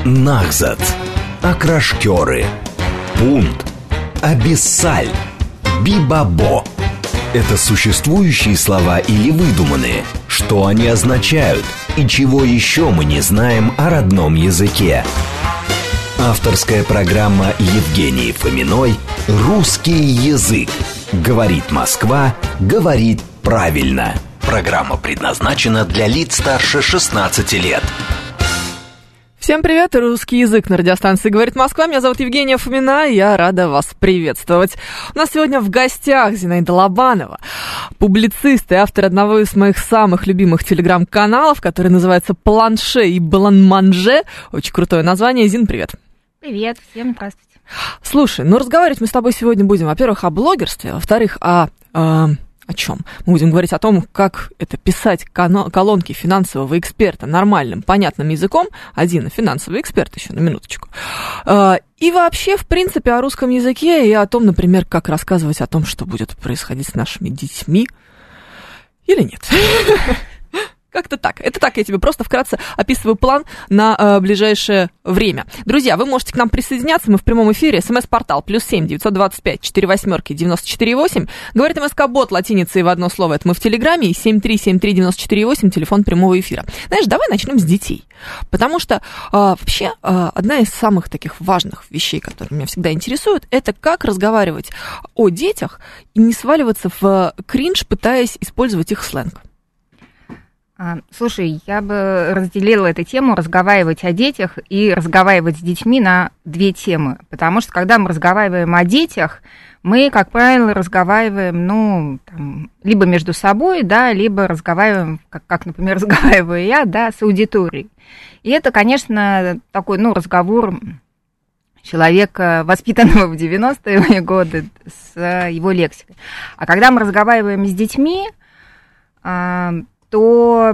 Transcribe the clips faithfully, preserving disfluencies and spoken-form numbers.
Нахзат, акрашкеры, пунт, абиссаль, бибабо. Это существующие слова или выдуманные? Что они означают? И чего еще мы не знаем о родном языке? Авторская программа Евгении Фоминой «Русский язык». Говорит Москва, говорит правильно. Программа предназначена для лиц старше шестнадцати лет. Всем привет, русский язык на радиостанции «Говорит Москва». Меня зовут Евгения Фомина, и я рада вас приветствовать. У нас сегодня в гостях Зинаида Лобанова, публицист и автор одного из моих самых любимых телеграм-каналов, который называется «Планше и Бланманже». Очень крутое название. Зин, привет. Привет, всем здравствуйте. Слушай, ну разговаривать мы с тобой сегодня будем, во-первых, о блогерстве, а во-вторых, о... о... О чем? Мы будем говорить о том, как это писать колонки финансового эксперта нормальным, понятным языком. Один финансовый эксперт еще, на минуточку. И вообще, в принципе, о русском языке и о том, например, как рассказывать о том, что будет происходить с нашими детьми. Или нет? Как-то так. Это так, я тебе просто вкратце описываю план на э, ближайшее время. Друзья, вы можете к нам присоединяться. Мы в прямом эфире. СМС-портал плюс семь девятьсот двадцать пять четыре восьмерки девяносто четыре восемь. Говорит МСК-бот латиницей в одно слово. Это мы в Телеграме. И семь три семь три девяносто четыре восемь, телефон прямого эфира. Знаешь, давай начнем с детей. Потому что э, вообще э, одна из самых таких важных вещей, которые меня всегда интересуют, это как разговаривать о детях и не сваливаться в кринж, пытаясь использовать их сленг. Слушай, я бы разделила эту тему разговаривать о детях и разговаривать с детьми на две темы. Потому что, когда мы разговариваем о детях, мы, как правило, разговариваем, ну, там, либо между собой, да, либо разговариваем, как, как, например, разговариваю я, да, с аудиторией. И это, конечно, такой, ну, разговор человека, воспитанного в девяностые годы, с его лексикой. А когда мы разговариваем с детьми, то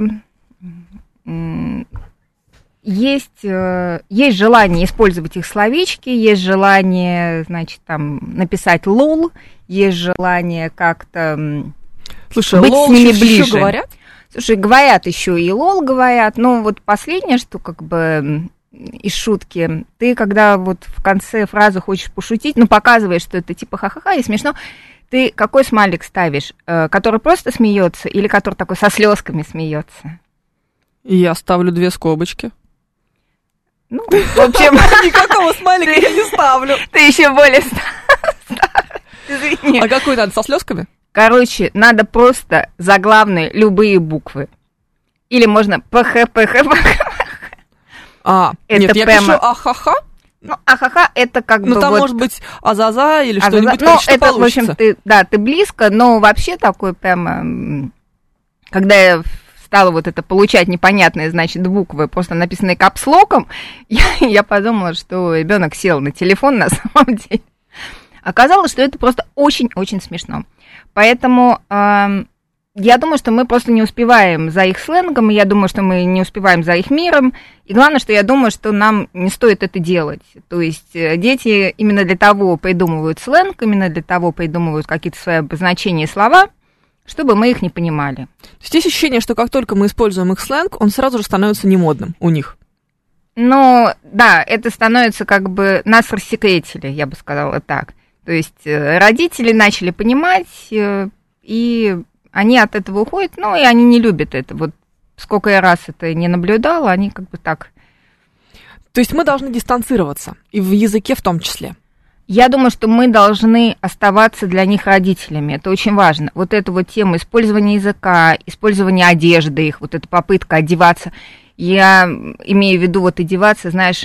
есть, есть желание использовать их словечки, есть желание, значит, там, написать лол, есть желание как-то Слушай, быть лол с ними еще ближе. Говорят? Слушай, говорят еще и лол говорят, но вот последнее, что как бы из шутки, ты когда вот в конце фразы хочешь пошутить, ну, показываешь, что это типа ха-ха-ха и смешно, ты какой смайлик ставишь? Который просто смеется или который такой со слезками смеется? Я ставлю две скобочки. Ну, в общем... Никакого смайлика я не ставлю. Ты еще более старый. Извини. А какой надо, со слезками? Короче, надо просто заглавные любые буквы. Или можно пх, пх, пх. А, нет, я пишу ахаха. Ну, ахаха, это как ну, бы там вот... может быть азаза или азаза. что-нибудь, ну, что это, получится. в общем, ты, да, ты близко, но вообще такой прямо... Когда я стала вот это получать непонятные, значит, буквы, просто написанные капслоком, я, я подумала, что ребенок сел на телефон на самом деле. Оказалось, что это просто очень-очень смешно. Поэтому... Э, Я думаю, что мы просто не успеваем за их сленгом, и я думаю, что мы не успеваем за их миром. И главное, что я думаю, что нам не стоит это делать. То есть дети именно для того придумывают сленг, именно для того придумывают какие-то свои обозначения и слова, чтобы мы их не понимали. То есть есть ощущение, что как только мы используем их сленг, он сразу же становится немодным у них. Ну, да, это становится как бы... Нас рассекретили, я бы сказала так. То есть родители начали понимать, и... Они от этого уходят, ну, и они не любят это. Вот сколько я раз это не наблюдала, они как бы так... То есть мы должны дистанцироваться, и в языке в том числе? Я думаю, что мы должны оставаться для них родителями. Это очень важно. Вот эта вот тема использования языка, использования одежды их, вот эта попытка одеваться. Я имею в виду вот одеваться, знаешь,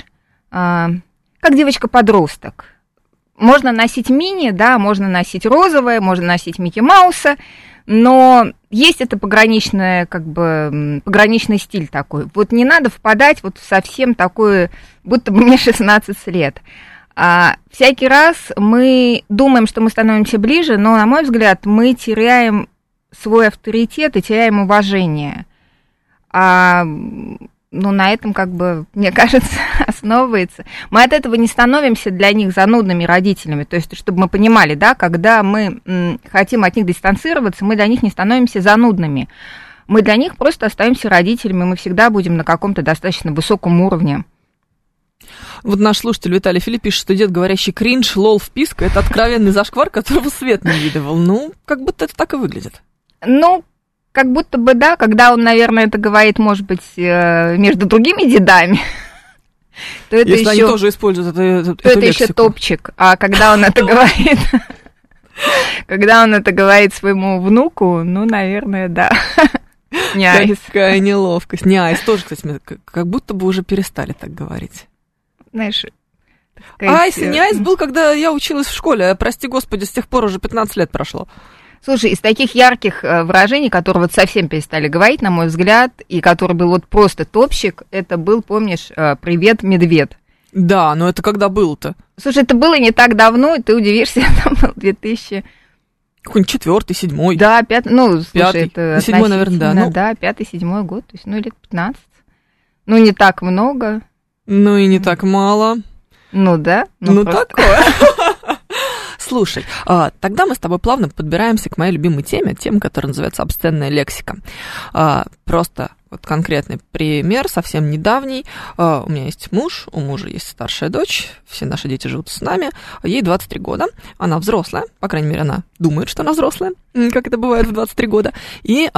как девочка-подросток. Можно носить мини, да, можно носить розовое, можно носить Микки Мауса, но есть это пограничное, как бы, пограничный стиль такой. Вот не надо впадать вот в совсем такое, будто бы мне шестнадцать лет. А всякий раз мы думаем, что мы становимся ближе, но, на мой взгляд, мы теряем свой авторитет и теряем уважение. А, ну, на этом, как бы, мне кажется, основывается. Мы от этого не становимся для них занудными родителями. То есть, чтобы мы понимали, да, когда мы м, хотим от них дистанцироваться, мы для них не становимся занудными. Мы для них просто остаемся родителями, мы всегда будем на каком-то достаточно высоком уровне. Вот наш слушатель Виталий Филипп пишет, что дед, говорящий кринж, лол, вписка, это откровенный зашквар, которого свет не видывал. Ну, как будто это так и выглядит. Ну, как будто бы, да, когда он, наверное, это говорит, может быть, между другими дедами, то это Если еще, они тоже используют это, эту, то эту это лексику. еще топчик. А когда он это говорит, когда он это говорит своему внуку, ну, наверное, да. Не айс. Какая неловкость. Не айс тоже, кстати, как будто бы уже перестали так говорить. Знаешь, айс и не айс был, когда я училась в школе. Прости господи, с тех пор уже пятнадцать лет прошло. Слушай, из таких ярких выражений, которые вот совсем перестали говорить, на мой взгляд, и который был вот просто топчик, это был, помнишь, «Привет, медведь». Да, но это когда было-то? Слушай, это было не так давно, и ты удивишься, это был две тысячи... Какой-нибудь четвертый, седьмой. Да, пятый, ну, слушай, пятый. это седьмой, наверное, да. Ну... Да, пятый, седьмой год, то есть, ну, лет пятнадцать. Ну, не так много. Ну, и не так мало. Ну, да. Ну, ну просто... такое. Слушай, тогда мы с тобой плавно подбираемся к моей любимой теме, теме, которая называется обсценная лексика. Просто вот конкретный пример, совсем недавний. У меня есть муж, у мужа есть старшая дочь, все наши дети живут с нами, ей двадцать три года, она взрослая, по крайней мере, она думает, что она взрослая, как это бывает в двадцать три года, и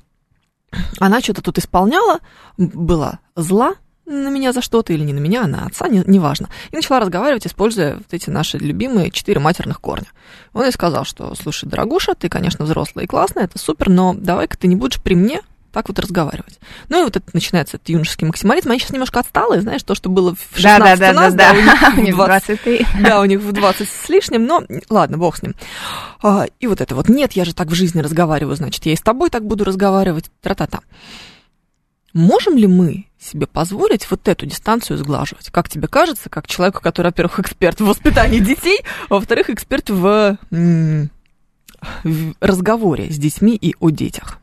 она что-то тут исполняла, была зла на меня за что-то, или не на меня, а на отца, не, неважно. И начала разговаривать, используя вот эти наши любимые четыре матерных корня. Он ей сказал, что, слушай, дорогуша, ты, конечно, взрослая и классная, это супер, но давай-ка ты не будешь при мне так вот разговаривать. Ну и вот это начинается этот юношеский максимализм. Они сейчас немножко отсталые, знаешь, то, что было в шестнадцать да, да, у нас, да, да, да. у них в двадцать, да, у них в двадцать с лишним, но ладно, бог с ним. А, и вот это вот, нет, я же так в жизни разговариваю, значит, я и с тобой так буду разговаривать, тра-та-та. Можем ли мы себе позволить вот эту дистанцию сглаживать? Как тебе кажется, как человеку, который, во-первых, эксперт в воспитании детей, а во-вторых, эксперт в, в разговоре с детьми и о детях?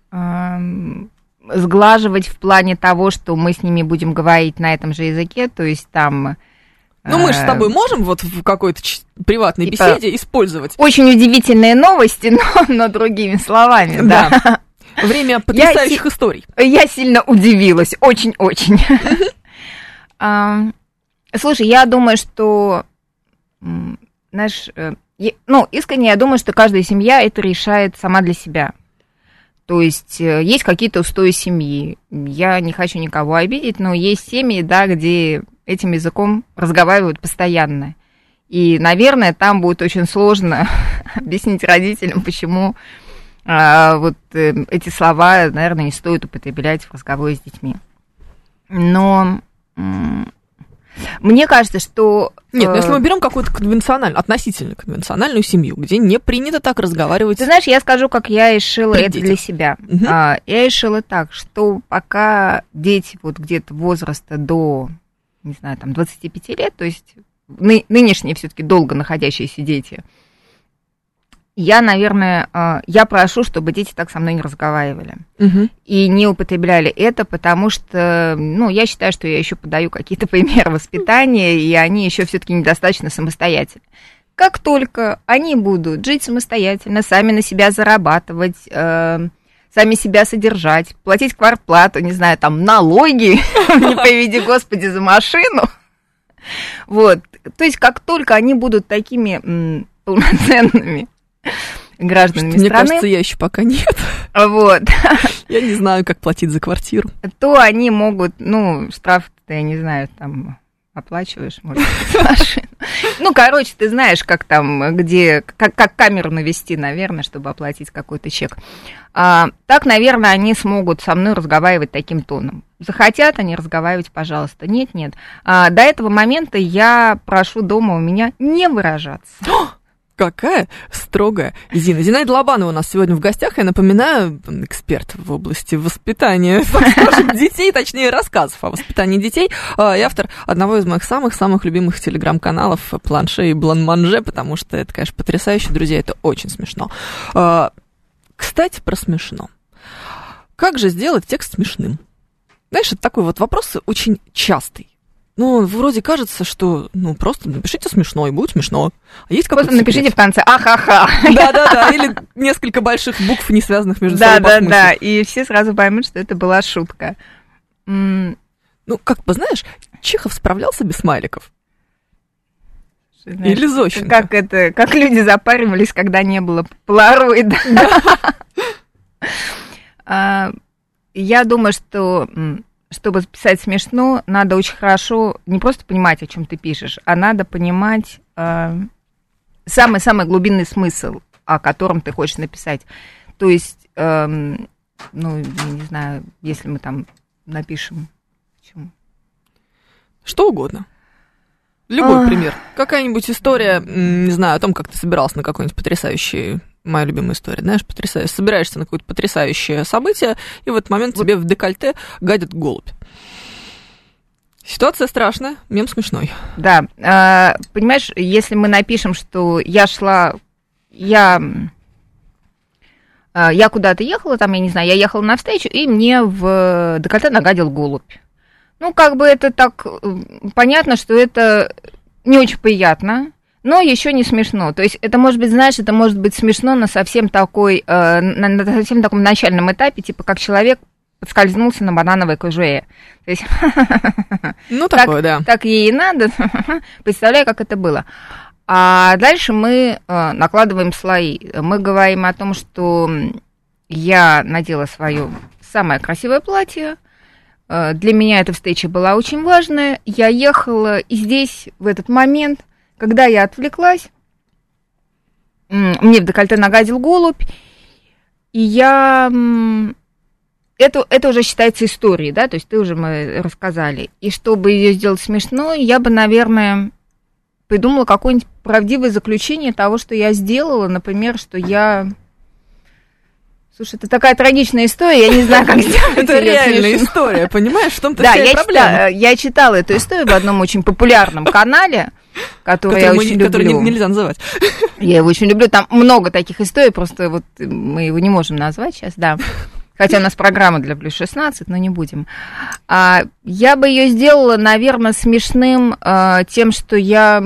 Сглаживать в плане того, что мы с ними будем говорить на этом же языке, то есть там... Ну, мы же с тобой можем вот в какой-то ч- приватной типа, беседе использовать... Очень удивительные новости, но, но другими словами, да. да. Время потрясающих я историй. Я сильно удивилась, очень-очень. Слушай, я думаю, что, знаешь, ну, искренне я думаю, что каждая семья это решает сама для себя. То есть есть какие-то устои семьи. Я не хочу никого обидеть, но есть семьи, да, где этим языком разговаривают постоянно. И, наверное, там будет очень сложно объяснить родителям, почему... А, вот э, эти слова, наверное, не стоит употреблять в разговоре с детьми. Но м- мне кажется, что... Нет, э- но если мы берем какую-то конвенциональную, относительно конвенциональную семью, где не принято так разговаривать... Ты знаешь, я скажу, как я решила это детях. для себя. Угу. А, я решила так, что пока дети вот где-то возраста до, не знаю, там, двадцати пяти лет, то есть ны- нынешние все-таки долго находящиеся дети... Я, наверное, я прошу, чтобы дети так со мной не разговаривали угу. и не употребляли это, потому что, ну, я считаю, что я еще подаю какие-то примеры воспитания, и они еще все-таки недостаточно самостоятельны. Как только они будут жить самостоятельно, сами на себя зарабатывать, э, сами себя содержать, платить квартплату, не знаю, там, налоги, не приведи Господи, за машину, вот, то есть как только они будут такими полноценными гражданами что, страны. Мне кажется, я еще пока нет. Вот. Я не знаю, как платить за квартиру. То они могут, ну, штраф, я не знаю, там, оплачиваешь, может быть, машину. Ну, короче, ты знаешь, как там, где, как, как камеру навести, наверное, чтобы оплатить какой-то чек. А, так, наверное, они смогут со мной разговаривать таким тоном. Захотят они разговаривать, пожалуйста. Нет, нет. А, до этого момента я прошу дома у меня не выражаться. Какая строгая Зина. Зинаида Лобанова у нас сегодня в гостях. Я напоминаю, эксперт в области воспитания детей, точнее, рассказов о воспитании детей. И автор одного из моих самых-самых любимых телеграм-каналов «Планше» и «Бланманже», потому что это, конечно, потрясающе, друзья, это очень смешно. Кстати, про смешно. Как же сделать текст смешным? Знаешь, это такой вот вопрос очень частый. Ну, вроде кажется, что, ну, просто напишите смешно, и будет смешно. А есть какой-то Просто напишите в конце «ахаха». Да-да-да, или несколько больших букв, не связанных между собой по смыслу. Да-да-да, и все сразу поймут, что это была шутка. Ну, как бы, знаешь, Чехов справлялся без смайликов. Знаешь, или Зощенко. Как, это, как люди запаривались, когда не было полароида. Я думаю, что... чтобы писать смешно, надо очень хорошо не просто понимать, о чем ты пишешь, а надо понимать э, самый-самый глубинный смысл, о котором ты хочешь написать. То есть, э, ну, я не знаю, если мы там напишем... Почему? Что угодно. Любой а... пример. Какая-нибудь история, не знаю, о том, как ты собирался на какой-нибудь потрясающий... Моя любимая история, знаешь, потрясающая. Собираешься на какое-то потрясающее событие, и в этот момент вот. Тебе в декольте гадит голубь. Ситуация страшная, мем смешной. Да, э, понимаешь, если мы напишем, что я шла, я, э, я куда-то ехала, там, я не знаю, я ехала навстречу, и мне в декольте нагадил голубь. Ну, как бы это так, понятно, что это не очень приятно, но еще не смешно. То есть это может быть, знаешь, это может быть смешно на совсем такой, э, на, на совсем таком начальном этапе, типа как человек подскользнулся на банановой кожуре. То есть, ну, такое, да. Так ей и надо. Представляю, как это было. А дальше мы э, накладываем слои. Мы говорим о том, что я надела свое самое красивое платье. Э, для меня эта встреча была очень важная. Я ехала, и здесь, в этот момент... Когда я отвлеклась, мне в декольте нагадил голубь, и я... Это, это уже считается историей, да, то есть ты уже мы рассказали. И чтобы ее сделать смешной, я бы, наверное, придумала какое-нибудь правдивое заключение того, что я сделала. Например, что я... Слушай, это такая трагичная история, я не знаю, как сделать. Это реальная история, понимаешь, в том-то вся проблема. Да, я читала эту историю в одном очень популярном канале, который я очень люблю. Который нельзя называть. Я его очень люблю, там много таких историй, просто вот мы его не можем назвать сейчас, да. Хотя у нас программа для плюс шестнадцать, но не будем. Я бы ее сделала, наверное, смешным тем, что я...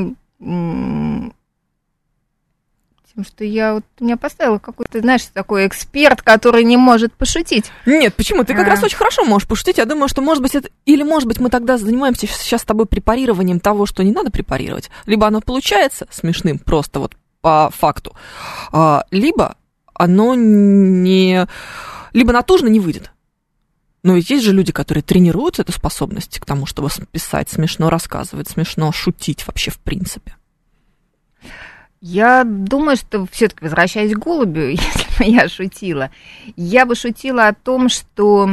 Потому что я вот меня поставила какой-то, знаешь, такой эксперт, который не может пошутить. Нет, почему? Ты как а. раз очень хорошо можешь пошутить. Я думаю, что, может быть, это... Или, может быть, мы тогда занимаемся сейчас с тобой препарированием того, что не надо препарировать. Либо оно получается смешным, просто вот по факту, либо оно не... Либо натужно не выйдет. Но ведь есть же люди, которые тренируют эту способность к тому, чтобы писать смешно, рассказывать смешно, шутить вообще в принципе. Я думаю, что все-таки, возвращаясь к голубю, если бы я шутила, я бы шутила о том, что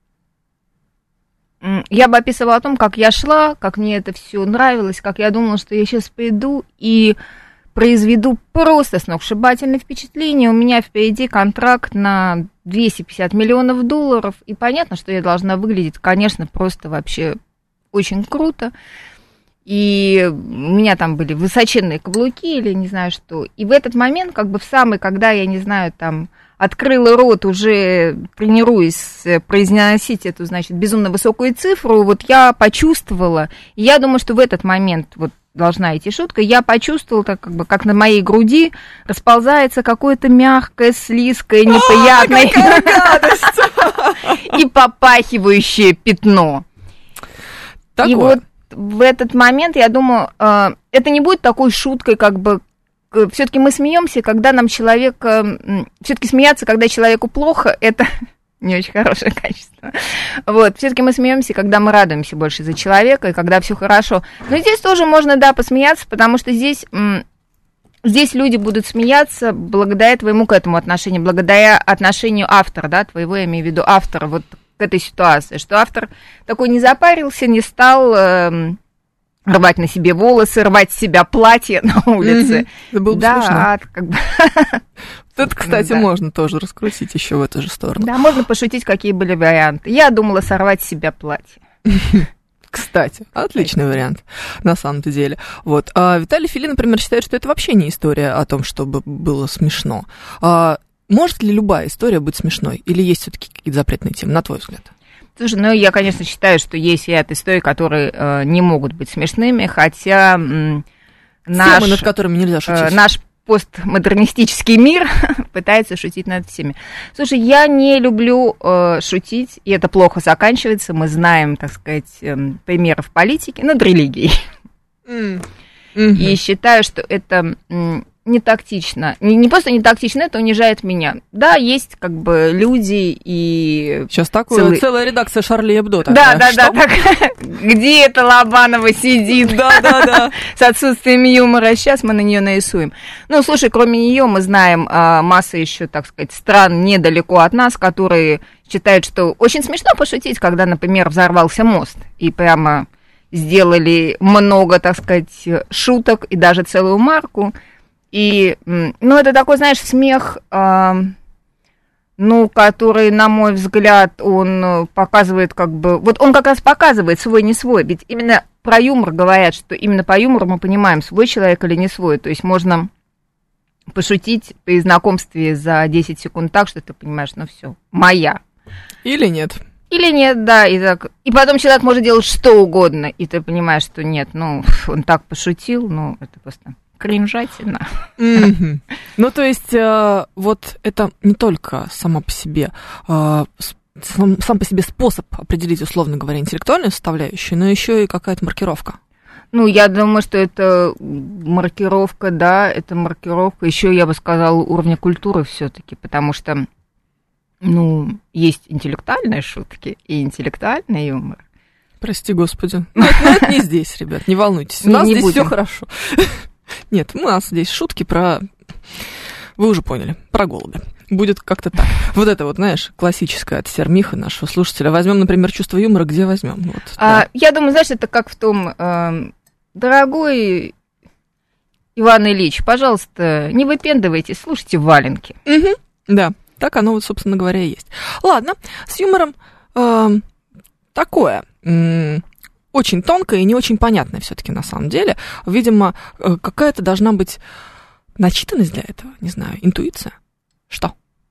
я бы описывала о том, как я шла, как мне это все нравилось, как я думала, что я сейчас пойду и произведу просто сногсшибательное впечатление. У меня впереди контракт на двести пятьдесят миллионов долларов, и понятно, что я должна выглядеть, конечно, просто вообще очень круто. И у меня там были высоченные каблуки или не знаю что. И в этот момент, как бы в самый, когда я, не знаю, там, открыла рот, уже тренируясь произносить эту, значит, безумно высокую цифру, вот я почувствовала, и я думаю, что в этот момент, вот должна идти шутка, я почувствовала, так, как бы, как на моей груди расползается какое-то мягкое, слизкое, неприятное и попахивающее пятно. И вот в этот момент, я думаю, это не будет такой шуткой, как бы, все-таки мы смеемся, когда нам человек, все-таки смеяться, когда человеку плохо, это не очень хорошее качество. Вот, все-таки мы смеемся, когда мы радуемся больше за человека, и когда все хорошо. Но здесь тоже можно, да, посмеяться, потому что здесь, здесь люди будут смеяться благодаря твоему к этому отношению, благодаря отношению автора, да, твоего, я имею в виду автора, вот к этой ситуации, что автор такой не запарился, не стал э, рвать на себе волосы, рвать с себя платье на улице. Mm-hmm. Это было бы да, смешно. Как бы... Тут, кстати, да. можно тоже раскрутить еще в эту же сторону. Да, можно пошутить, какие были варианты. Я думала сорвать с себя платье. Кстати, отличный вариант, на самом-то деле. Вот. А Виталий Фили, например, считает, что это вообще не история о том, чтобы было смешно. А может ли любая история быть смешной? Или есть все-таки какие-то запретные темы, на твой взгляд? Слушай, ну, я, конечно, считаю, что есть ряд историй, которые э, не могут быть смешными, хотя м, наш... Темы, над которыми нельзя шутить. Э, наш постмодернистический мир пытается шутить над всеми. Слушай, я не люблю э, шутить, и это плохо заканчивается. Мы знаем, так сказать, э, примеры в политике, над религией. Mm. Угу. И считаю, что это не тактично. Не, не просто не тактично, это унижает меня. Да, есть как бы люди и... Сейчас такое, целый... целая редакция Шарли Эбдо. Да, да, да, да. Где это Лобанова сидит? Да, да, да. С отсутствием юмора. Сейчас мы на нее нарисуем. Ну, слушай, кроме нее мы знаем а, массу еще, так сказать, стран недалеко от нас, которые считают, что очень смешно пошутить, когда, например, взорвался мост. И прямо сделали много, так сказать, шуток и даже целую марку. И, ну, это такой, знаешь, смех, э, ну, который, на мой взгляд, он показывает как бы... Вот он как раз показывает свой, не свой. Ведь именно про юмор говорят, что именно по юмору мы понимаем, свой человек или не свой. То есть можно пошутить при знакомстве за десять секунд так, что ты понимаешь, ну, все, моя. Или нет. Или нет, да. И, так, и потом человек может делать что угодно, и ты понимаешь, что нет, ну, он так пошутил, ну, это просто... кринжатина. Mm-hmm. Ну, то есть, э, вот это не только сама по себе, э, сам, сам по себе способ определить, условно говоря, интеллектуальную составляющую, но еще и какая-то маркировка. Ну, я думаю, что это маркировка, да, это маркировка, еще, я бы сказала, уровня культуры все-таки, потому что, ну, есть интеллектуальные шутки и интеллектуальный юмор. Прости, Господи. Но это не здесь, ребят, не волнуйтесь, у нас здесь все хорошо. Нет, у нас здесь шутки про... Вы уже поняли, про голубя. Будет как-то так. Вот это вот, знаешь, классическая от Сермиха нашего слушателя. Возьмем, например, чувство юмора, где возьмем? Вот, а, да. Я думаю, знаешь, это как в том... Э, дорогой Иван Ильич, пожалуйста, не выпендывайтесь, слушайте валенки. Угу, да, так оно вот, собственно говоря, и есть. Ладно, с юмором э, такое... М- очень тонкое и не очень понятное все-таки на самом деле. Видимо, какая-то должна быть начитанность для этого, не знаю, интуиция. Что?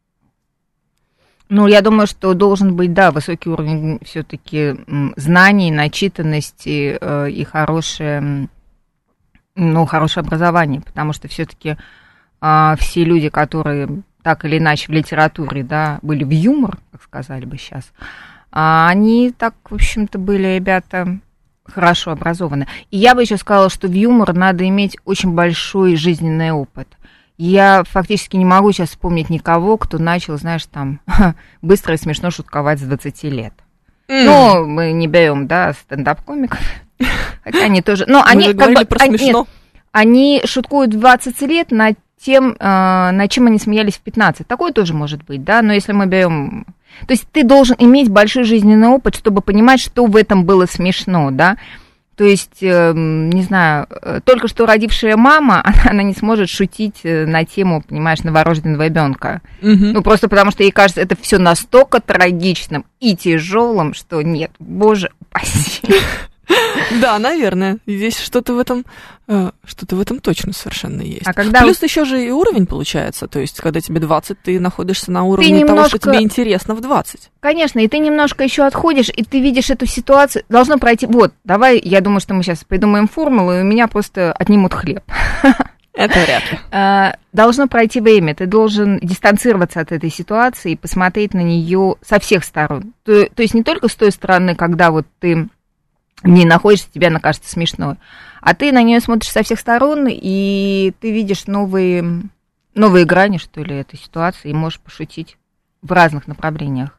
Ну, я думаю, что должен быть, да, высокий уровень все-таки знаний, начитанности э, и хорошее, ну, хорошее образование, потому что все-таки э, все люди, которые так или иначе в литературе, да, были в юмор, как сказали бы сейчас, э, они так, в общем-то, были ребята... хорошо образованы. И я бы еще сказала, что в юмор надо иметь очень большой жизненный опыт. Я фактически не могу сейчас вспомнить никого, кто начал, знаешь, там, быстро и смешно шутковать с двадцати лет. Mm. Ну, мы не берем, да, стендап-комиков, хотя они тоже... Но они, как бы, про они, нет, они шуткуют в двадцать лет над тем, над чем они смеялись в пятнадцать. Такое тоже может быть, да, но если мы берем... То есть ты должен иметь большой жизненный опыт, чтобы понимать, что в этом было смешно, да. То есть, э, не знаю, только что родившая мама, она, она не сможет шутить на тему, понимаешь, новорожденного ребенка. Mm-hmm. Ну, просто потому что ей кажется, это все настолько трагичным и тяжелым, что нет, боже упаси. Да, наверное. Здесь что-то в этом, что-то в этом точно совершенно есть. А когда... Плюс еще же и уровень получается. То есть, когда тебе двадцать, ты находишься на уровне немножко... того, что тебе интересно в двадцать. Конечно, и ты немножко еще отходишь, и ты видишь эту ситуацию. Должно пройти... Вот, давай, я думаю, что мы сейчас придумаем формулу, и у меня просто отнимут хлеб. Это вряд ли. Должно пройти время. Ты должен дистанцироваться от этой ситуации и посмотреть на нее со всех сторон. То, то есть не только с той стороны, когда вот ты... не находишься, тебе она кажется смешной. А ты на нее смотришь со всех сторон, и ты видишь новые, новые грани, что ли, этой ситуации, и можешь пошутить в разных направлениях.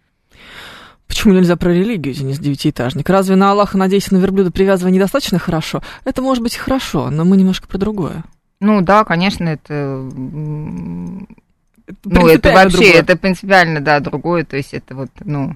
Почему нельзя про религию, Денис Девятиэтажник? Разве на Аллаха надейся на верблюда привязывая недостаточно хорошо? Это может быть хорошо, но мы немножко про другое. Ну да, конечно, это... это ну, это вообще, другое. Это принципиально, да, другое, то есть это вот, ну...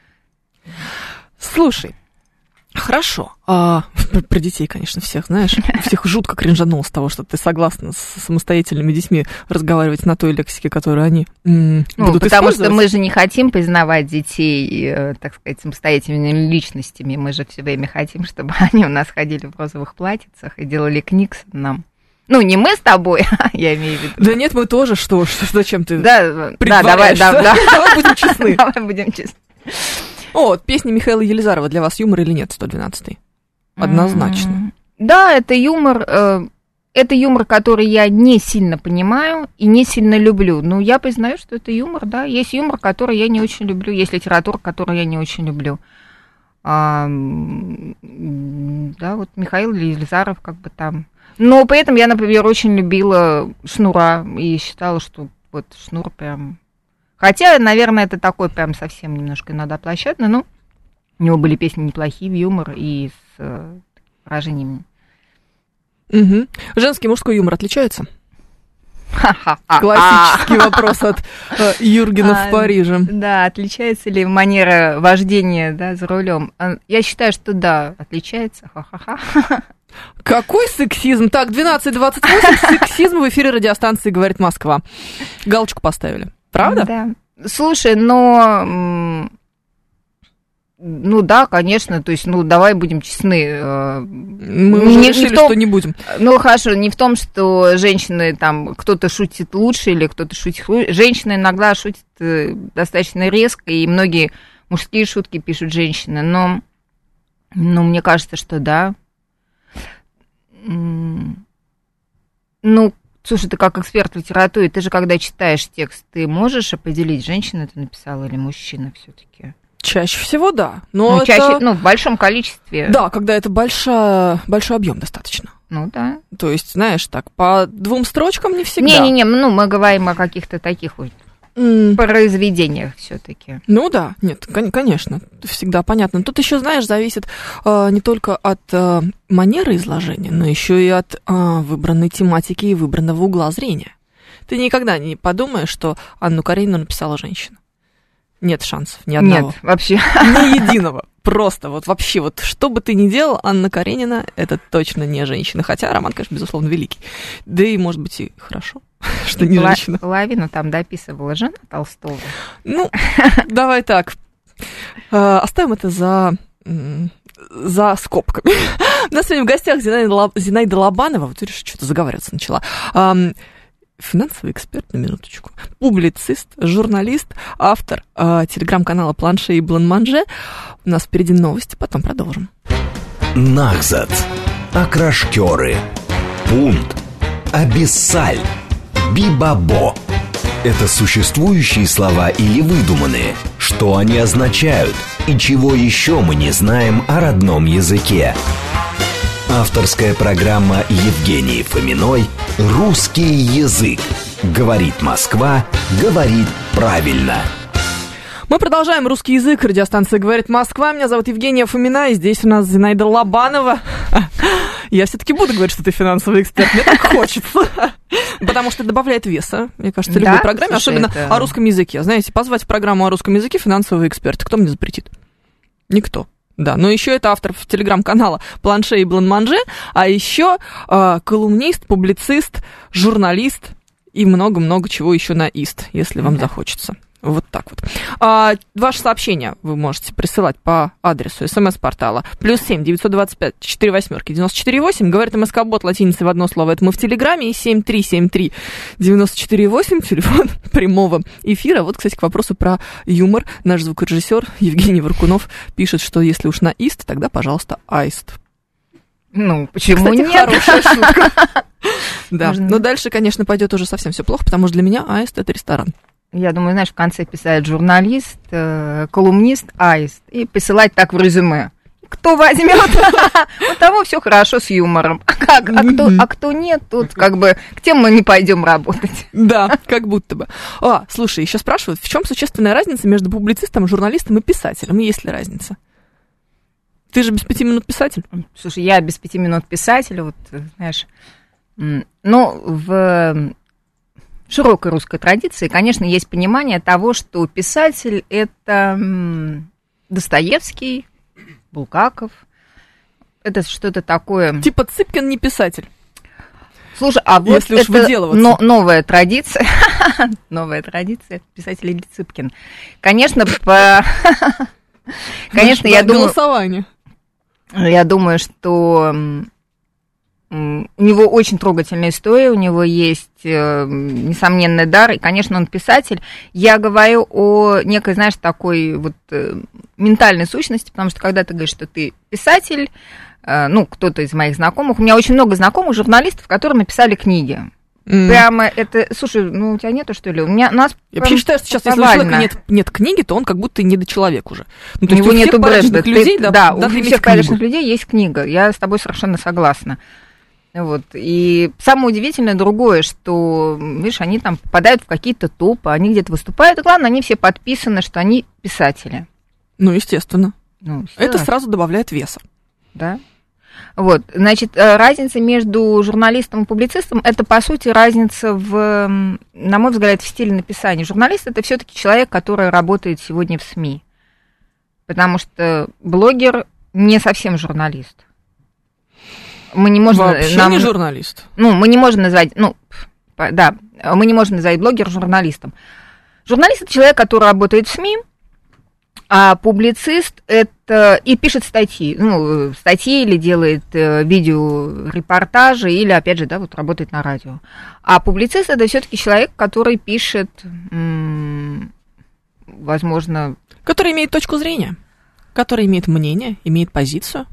Слушай, хорошо. А, про, про детей, конечно, всех, знаешь. Всех жутко кринжануло с того, что ты согласна с самостоятельными детьми разговаривать на той лексике, которую они м- ну, будут потому использовать. Что мы же не хотим признавать детей, так сказать, самостоятельными личностями. Мы же все время хотим, чтобы они у нас ходили в розовых платьицах и делали кникс нам. Ну, не мы с тобой, я имею в виду. Да нет, мы тоже, что, что зачем ты да, да, давай, да, да. Давай будем честны. Давай будем честны. О, песня Михаила Елизарова для вас юмор или нет, сто двенадцатый? Однозначно. Mm-hmm. Да, это юмор, э, это юмор, который я не сильно понимаю и не сильно люблю. Ну, я признаю, что это юмор, да. Есть юмор, который я не очень люблю, есть литература, которую я не очень люблю. А, да, вот Михаил Елизаров как бы там. Но при этом я, например, очень любила Шнура и считала, что вот Шнур прям... Хотя, наверное, это такой прям совсем немножко иногда площадный, но у него были песни неплохие, в юмор и с э, выражениями. Угу. Женский и мужской юмор отличаются? Ха-ха-ха. Классический вопрос от э, Юргена в Париже. Да, отличается ли манера вождения, да, за рулем? Я считаю, что да, отличается. Ха-ха-ха. Какой сексизм? Так, двенадцать двадцать восемь, сексизм в эфире радиостанции «Говорит Москва». Галочку поставили. Правда? Да. Слушай, но... Ну да, конечно, то есть, ну давай будем честны. Мы уже не, решили, не том, что не будем. Ну хорошо, не в том, что женщины там, кто-то шутит лучше или кто-то шутит хуже. Женщины иногда шутят достаточно резко, и многие мужские шутки пишут женщины, но, ну, мне кажется, что да. Ну, слушай, ты как эксперт в литературе, ты же когда читаешь текст, ты можешь определить, женщина это написала или мужчина все-таки? Чаще всего, да. Но ну, это... чаще, ну, в большом количестве. Да, когда это большая, большой объем достаточно. Ну, да. То есть, знаешь, так, по двум строчкам не всегда. Не-не-не, ну, мы говорим о каких-то таких вот mm. произведениях все-таки. Ну, да, нет, конечно, всегда понятно. Тут еще, знаешь, зависит э, не только от э, манеры изложения, но еще и от э, выбранной тематики и выбранного угла зрения. Ты никогда не подумаешь, что Анну Каренину написала женщина. Нет шансов, ни одного. Нет, вообще. Ни единого. Просто вот вообще, вот что бы ты ни делал, Анна Каренина – это точно не женщина. Хотя роман, конечно, безусловно, великий. Да и, может быть, и хорошо, что не женщина. Половину там дописывала жена Толстого. Ну, давай так. Оставим это за... за скобками. У нас сегодня в гостях Зинаида Лобанова. Вот видишь, что-то заговариваться начала. Финансовый эксперт, на минуточку, публицист, журналист, автор э, телеграм-канала «Планше и Бланманже». У нас впереди новости, потом продолжим. Нахзат, Акрашкеры, Пунт, Абиссаль, Бибабо. Это существующие слова или выдуманные? Что они означают? И чего еще мы не знаем о родном языке? Авторская программа Евгении Фоминой «Русский язык». Говорит Москва, говорит правильно. Мы продолжаем русский язык. Радиостанция «Говорит Москва». Меня зовут Евгения Фомина, и здесь у нас Зинаида Лобанова. Я все-таки буду говорить, что ты финансовый эксперт. Мне так хочется. Потому что это добавляет веса, мне кажется, любой да? программе, слушай, особенно это... о русском языке. Знаете, позвать в программу о русском языке финансового эксперта. Кто мне запретит? Никто. Да, но еще это автор телеграм-канала «Планше и Бланманже», а еще э, колумнист, публицист, журналист и много-много чего еще на ист, если вам захочется. Вот так вот. А, ваше сообщение вы можете присылать по адресу смс-портала плюс семь девятьсот двадцать пять четыре восьмерки девяносто четыре восемь. Говорит МСК-бот латиницей в одно слово. Это мы в Телеграме. И семь три семь три девяносто четыре восемь. Телефон прямого эфира. Вот, кстати, к вопросу про юмор. Наш звукорежиссер Евгений Варкунов пишет, что если уж на ист, тогда, пожалуйста, аист. Ну, почему кстати, нет? Хорошая шутка. Да, но дальше, конечно, пойдет уже совсем все плохо, потому что для меня аист – это ресторан. Я думаю, знаешь, в конце писать журналист, э, колумнист, аист, и присылать так в резюме. Кто возьмет, у того все хорошо с юмором. А как? А кто, а кто нет, тут как бы к тем мы не пойдем работать. Да, как будто бы. А, слушай, еще спрашивают, в чем существенная разница между публицистом, журналистом и писателем? Есть ли разница? Ты же без пяти минут писатель. Слушай, я без пяти минут писатель, вот, знаешь, ну, в... В широкой русской традиции, конечно, есть понимание того, что писатель – это Достоевский, Булгаков. Это что-то такое... Типа Цыпкин не писатель. Слушай, а вот если уж это но, новая традиция, новая традиция, писатель или Цыпкин. Конечно, по... Конечно, я думаю... Голосование. Я думаю, что... У него очень трогательная история, у него есть э, несомненный дар, и, конечно, он писатель. Я говорю о некой, знаешь, такой вот э, ментальной сущности, потому что когда ты говоришь, что ты писатель, э, ну, кто-то из моих знакомых, у меня очень много знакомых журналистов, которые написали книги. Mm. Прямо это... Слушай, ну у тебя нету, что ли? У меня, у нас Я вообще считаю, что сейчас, если у человека нет, нет книги, то он как будто недочеловек уже. Ну, то у него есть у нету порядочных людей, да, да, у всех порядочных людей есть книга. Я с тобой совершенно согласна. Вот. И самое удивительное другое, что, видишь, они там попадают в какие-то топы, они где-то выступают, и главное, они все подписаны, что они писатели. Ну, естественно. Ну, это сразу добавляет веса. Да. Вот, значит, разница между журналистом и публицистом, это, по сути, разница в, на мой взгляд, в стиле написания. Журналист – это все-таки человек, который работает сегодня в СМИ, потому что блогер не совсем журналист. Мы не можем... Вообще нам, не журналист. Ну, мы не можем назвать, ну, да, мы не можем назвать блогера журналистом. Журналист – это человек, который работает в СМИ, а публицист это и пишет статьи, ну, статьи или делает э, видеорепортажи, или, опять же, да, вот работает на радио. А публицист это все-таки человек, который пишет, м- возможно... Который имеет точку зрения, который имеет мнение, имеет позицию.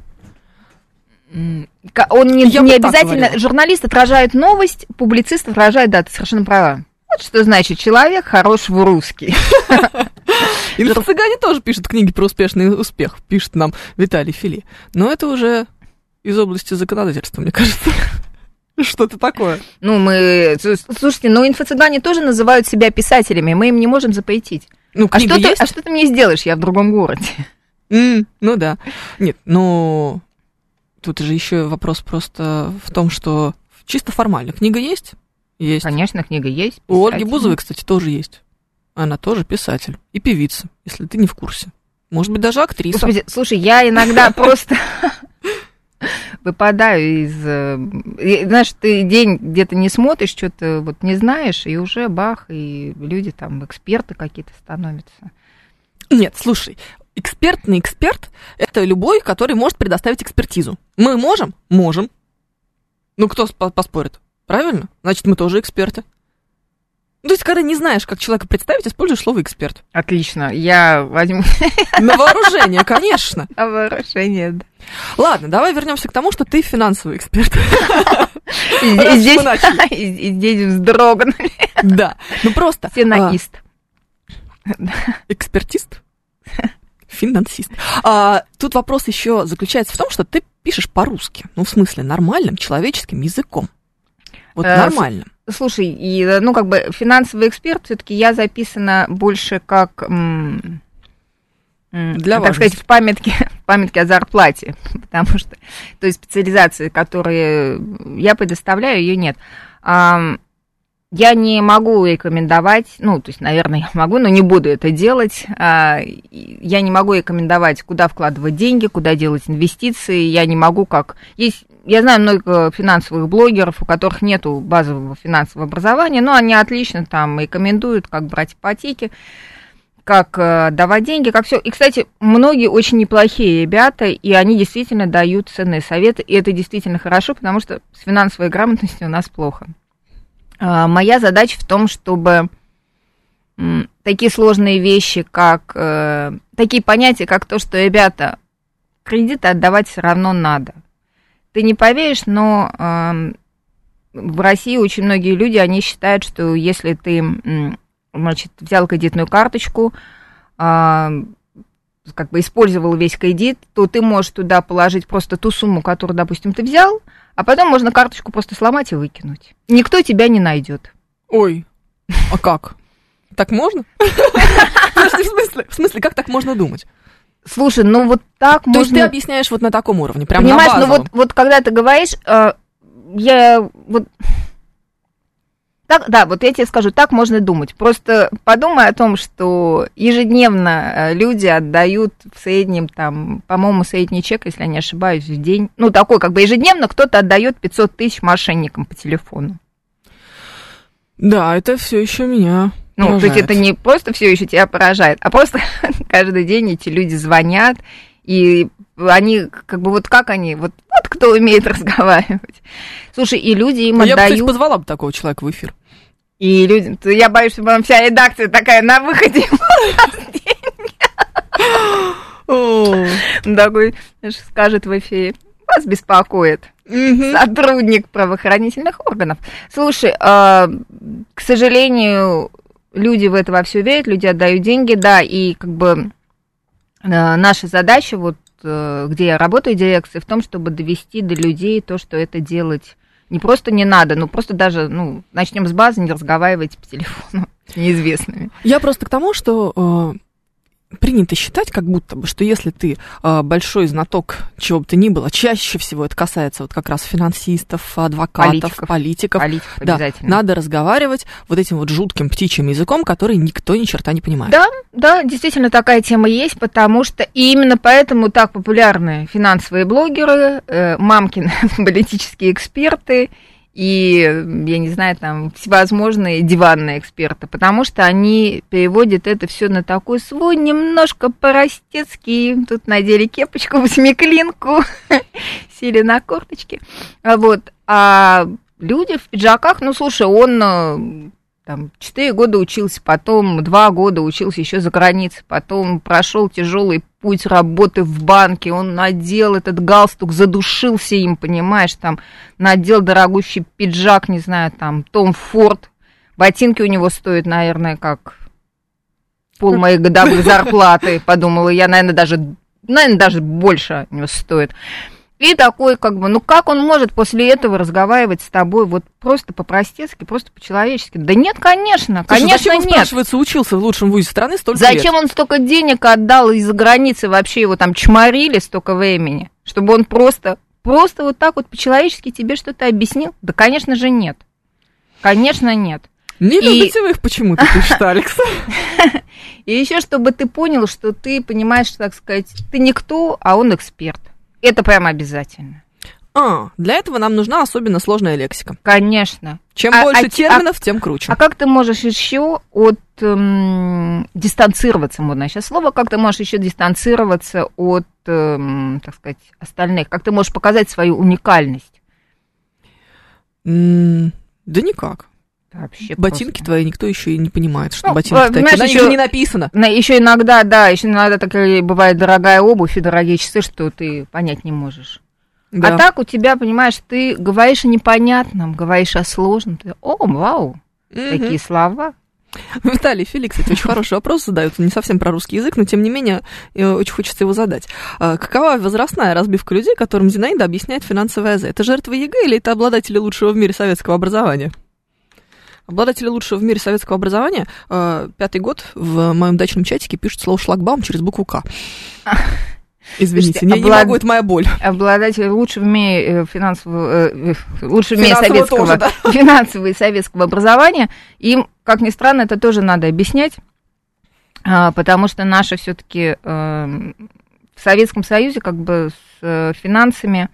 Он не, не обязательно... Журналист отражает новость, публицист отражает, да, ты совершенно права. Вот что значит человек хорош в русский. Инфо-цыгане тоже пишут книги про успешный успех, пишет нам Виталий Фили. Но это уже из области законодательства, мне кажется. Что-то такое. Ну, мы... Слушайте, ну, инфо-цыгане тоже называют себя писателями, мы им не можем запретить. Ну, а, что ты, а что ты мне сделаешь, я в другом городе? Mm, ну, да. Нет, ну... Тут же еще вопрос просто в том, что чисто формально. Книга есть? Есть. Конечно, книга есть. Писатель. У Ольги Бузовой, кстати, тоже есть. Она тоже писатель. И певица, если ты не в курсе. Может быть, даже актриса. Господи, слушай, я иногда просто выпадаю из... Знаешь, ты день где-то не смотришь, что-то вот не знаешь, и уже бах, и люди там, эксперты какие-то становятся. Нет, слушай, экспертный эксперт – это любой, который может предоставить экспертизу. Мы можем? Можем. Ну, кто поспорит? Правильно? Значит, мы тоже эксперты. Ну, то есть, когда не знаешь, как человека представить, используешь слово «эксперт». Отлично, я возьму... На вооружение, конечно. На вооружение, да. Ладно, давай вернемся к тому, что ты финансовый эксперт. И здесь вздрогнули. Да, ну просто... Финалист. Экспертист? Финансист. А, тут вопрос еще заключается в том, что ты пишешь по-русски. Ну, в смысле, нормальным человеческим языком. Вот э, нормальным. Слушай, и, ну, как бы финансовый эксперт, все-таки я записана больше как, м- Для так сказать, в памятке, в памятке о зарплате, потому что той специализации, которую я предоставляю, ее нет. А, я не могу рекомендовать, ну, то есть, наверное, я могу, но не буду это делать. А, я не могу рекомендовать, куда вкладывать деньги, куда делать инвестиции. Я не могу как... Есть... Я знаю много финансовых блогеров, у которых нету базового финансового образования, но они отлично там рекомендуют, как брать ипотеки, как э, давать деньги, как все. И, кстати, многие очень неплохие ребята, и они действительно дают ценные советы, и это действительно хорошо, потому что с финансовой грамотностью у нас плохо. Э, моя задача в том, чтобы э, такие сложные вещи, как э, такие понятия, как то, что, ребята, кредиты отдавать все равно надо. Ты не поверишь, но э, в России очень многие люди, они считают, что если ты, значит, взял кредитную карточку, э, как бы использовал весь кредит, то ты можешь туда положить просто ту сумму, которую, допустим, ты взял, а потом можно карточку просто сломать и выкинуть. Никто тебя не найдет. Ой, а как? Так можно? В смысле, как так можно думать? Слушай, ну вот так То можно... есть ты объясняешь вот на таком уровне, прям Понимаешь, на базовом. ну вот, вот когда ты говоришь, э, я вот... Так, да, вот я тебе скажу, так можно думать. Просто подумай о том, что ежедневно люди отдают в среднем, там, по-моему, средний чек, если я не ошибаюсь, в день. Ну, такой, как бы ежедневно кто-то отдает пятьсот тысяч мошенникам по телефону. Да, это все еще меня... Ну, поражает. то есть это не просто все еще тебя поражает, а просто каждый день эти люди звонят, и они, как бы, вот как они, вот, вот кто умеет разговаривать. Слушай, и люди им ну, отдают... Я бы, кстати, позвала бы такого человека в эфир. И люди... Я боюсь, что вся редакция такая на выходе. Такой скажет в эфире. вас беспокоит? Mm-hmm. Сотрудник правоохранительных органов. Слушай, э, к сожалению, люди в это во все верят, люди отдают деньги, да, и как бы э, наша задача, вот э, где я работаю, дирекция, в том, чтобы довести до людей то, что это делать не просто не надо, но просто даже, ну, начнем с базы, не разговаривать по телефону с неизвестными. Я просто к тому, что... Э... принято считать, как будто бы, что если ты э, большой знаток чего бы то ни было, чаще всего это касается вот как раз финансистов, адвокатов, политиков, политиков, политиков да, надо разговаривать вот этим вот жутким птичьим языком, который никто ни черта не понимает. Да, да, действительно такая тема есть, потому что и именно поэтому так популярны финансовые блогеры, э, мамкины политические эксперты, и, я не знаю, там, всевозможные диванные эксперты, потому что они переводят это все на такой свой немножко по-растецкий, тут надели кепочку, восьмиклинку, сели на корточки, вот, а люди в пиджаках, ну, слушай, он там четыре года учился, потом два года учился еще за границей, потом прошел тяжелый путь работы в банке, он надел этот галстук, задушился им, понимаешь, там, надел дорогущий пиджак, не знаю, там, Том Форд, ботинки у него стоят, наверное, как пол моей годовой зарплаты, подумала я, наверное, даже, наверное, даже больше у него стоит. И такой, как бы, ну как он может после этого разговаривать с тобой вот просто по-простецки, просто по-человечески? Да нет, конечно, Слушай, конечно, зачем он, нет. спрашивается, учился в лучшем вузе страны столько Зачем лет? Зачем он столько денег отдал из-за границы, вообще его там чморили столько времени, чтобы он просто, просто вот так вот по-человечески тебе что-то объяснил? Да, конечно же, нет. Конечно, нет. Не и... любите вы их почему-то, пишет Алекс. И еще, чтобы ты понял, что ты понимаешь, так сказать, ты никто, а он эксперт. Это прямо обязательно. А, для этого нам нужна особенно сложная лексика. Конечно. Чем а, больше а, терминов, а, тем круче. А как ты можешь еще от эм, дистанцироваться, модное сейчас слово, как ты можешь еще дистанцироваться от, эм, так сказать, остальных? Как ты можешь показать свою уникальность? Mm, да никак. Вообще ботинки просто. Твои никто еще и не понимает, что ну, ботинки такие. На них не написано. Еще иногда, да, еще иногда такая бывает дорогая обувь и дорогие часы, что ты понять не можешь. Да. А так у тебя, понимаешь, ты говоришь о непонятном, говоришь о сложном. Ты, о, вау, mm-hmm. такие слова. Виталий Феликс, кстати, очень хороший вопрос задает. Он не совсем про русский язык, но тем не менее очень хочется его задать. Какова возрастная разбивка людей, которым Зинаида объясняет финансовое АЗ? Это жертвы ЕГЭ или это обладатели лучшего в мире советского образования? Обладатели лучшего в мире советского образования, э, пятый год в моем дачном чатике пишут слово «шлагбаум» через букву «К». Извините, Слушайте, не, облад... не могу, это моя боль. Обладатели лучшего в мире финансового, э, лучшего в мире советского, тоже, да? финансового и советского образования, им, как ни странно, это тоже надо объяснять, э, потому что наши все-таки э, в Советском Союзе как бы с э, финансами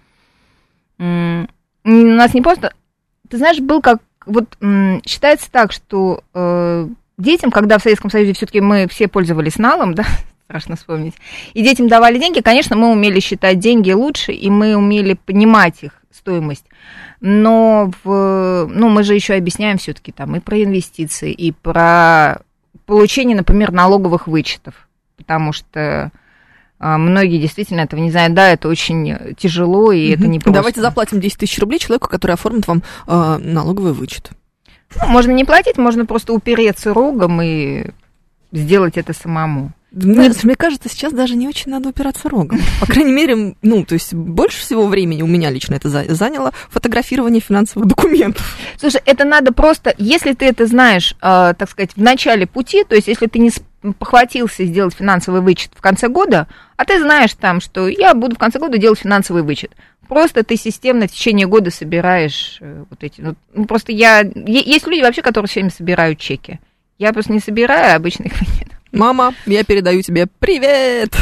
э, у нас не просто... Ты знаешь, был как Вот м, считается так, что э, детям, когда в Советском Союзе все-таки мы все пользовались налом, да, страшно вспомнить, и детям давали деньги, конечно, мы умели считать деньги лучше, и мы умели понимать их стоимость, но в, ну, мы же еще объясняем все-таки там и про инвестиции, и про получение, например, налоговых вычетов, потому что многие действительно этого не знают. Да, это очень тяжело, и mm-hmm. это не просто. Давайте заплатим десять тысяч рублей человеку, который оформит вам э, налоговый вычет. Ну, можно не платить, можно просто упереться рогом и сделать это самому. Мне, мне кажется, сейчас даже не очень надо упираться рогом. По крайней мере, ну, то есть больше всего времени у меня лично это заняло фотографирование финансовых документов. Слушай, это надо просто, если ты это знаешь, э, так сказать, в начале пути, то есть если ты не похватился сделать финансовый вычет в конце года, а ты знаешь там, что я буду в конце года делать финансовый вычет. Просто ты системно в течение года собираешь э, вот эти... Ну, просто я... Есть люди вообще, которые все время собирают чеки. Я просто не собираю, а обычно их нет. Мама, я передаю тебе привет!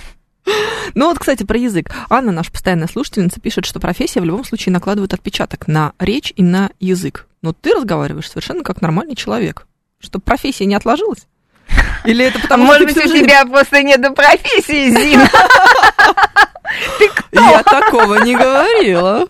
Ну вот, кстати, про язык. Анна, наша постоянная слушательница, пишет, что профессия в любом случае накладывает отпечаток на речь и на язык. Но ты разговариваешь совершенно как нормальный человек. Что профессия не отложилась? Или это потому, Может что быть, у жизнь... тебя просто нет профессии, Зина? Ты кто? Я такого не говорила.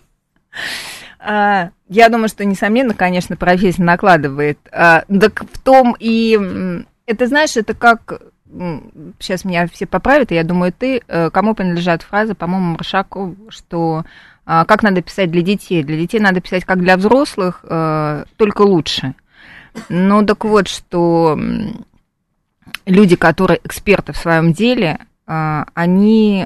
Я думаю, что, несомненно, конечно, профессия накладывает. Так в том и... Это, знаешь, это как... сейчас меня все поправят, и я думаю, ты, кому принадлежат фразы, по-моему, Маршаку, что как надо писать для детей. Для детей надо писать как для взрослых, только лучше. Ну, так вот, что люди, которые эксперты в своем деле, они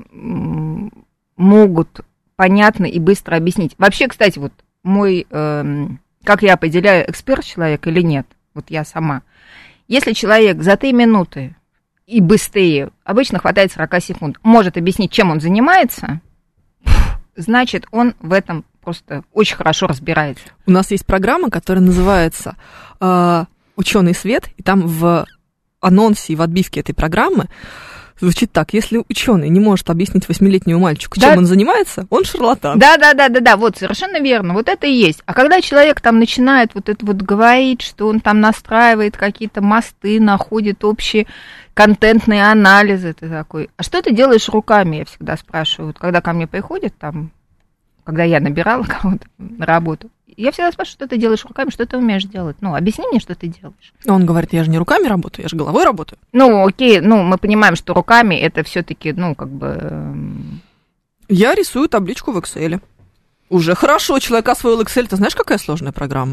могут понятно и быстро объяснить. Вообще, кстати, вот мой, как я определяю, эксперт человек или нет, вот я сама. Если человек за три минуты и быстрее, обычно хватает сорок секунд, может объяснить, чем он занимается, значит, он в этом просто очень хорошо разбирается. У нас есть программа, которая называется э, «Ученый свет», и там в анонсе и в отбивке этой программы звучит так: если ученый не может объяснить восьмилетнему мальчику, чем да. он занимается, он шарлатан. Да, да, да, да, да, вот совершенно верно, вот это и есть. А когда человек там начинает вот это вот говорить, что он там настраивает какие-то мосты, находит общие контентные анализы, ты такой: а что ты делаешь руками, я всегда спрашиваю, когда ко мне приходят там, когда я набирала кого-то на работу. Я всегда спрашиваю, что ты делаешь руками, что ты умеешь делать. Ну, объясни мне, что ты делаешь. Он говорит: я же не руками работаю, я же головой работаю. Ну, окей, ну, мы понимаем, что руками это все-таки, ну, как бы... Я рисую табличку в Excel. Уже хорошо, человек освоил Excel. Ты знаешь, какая сложная программа?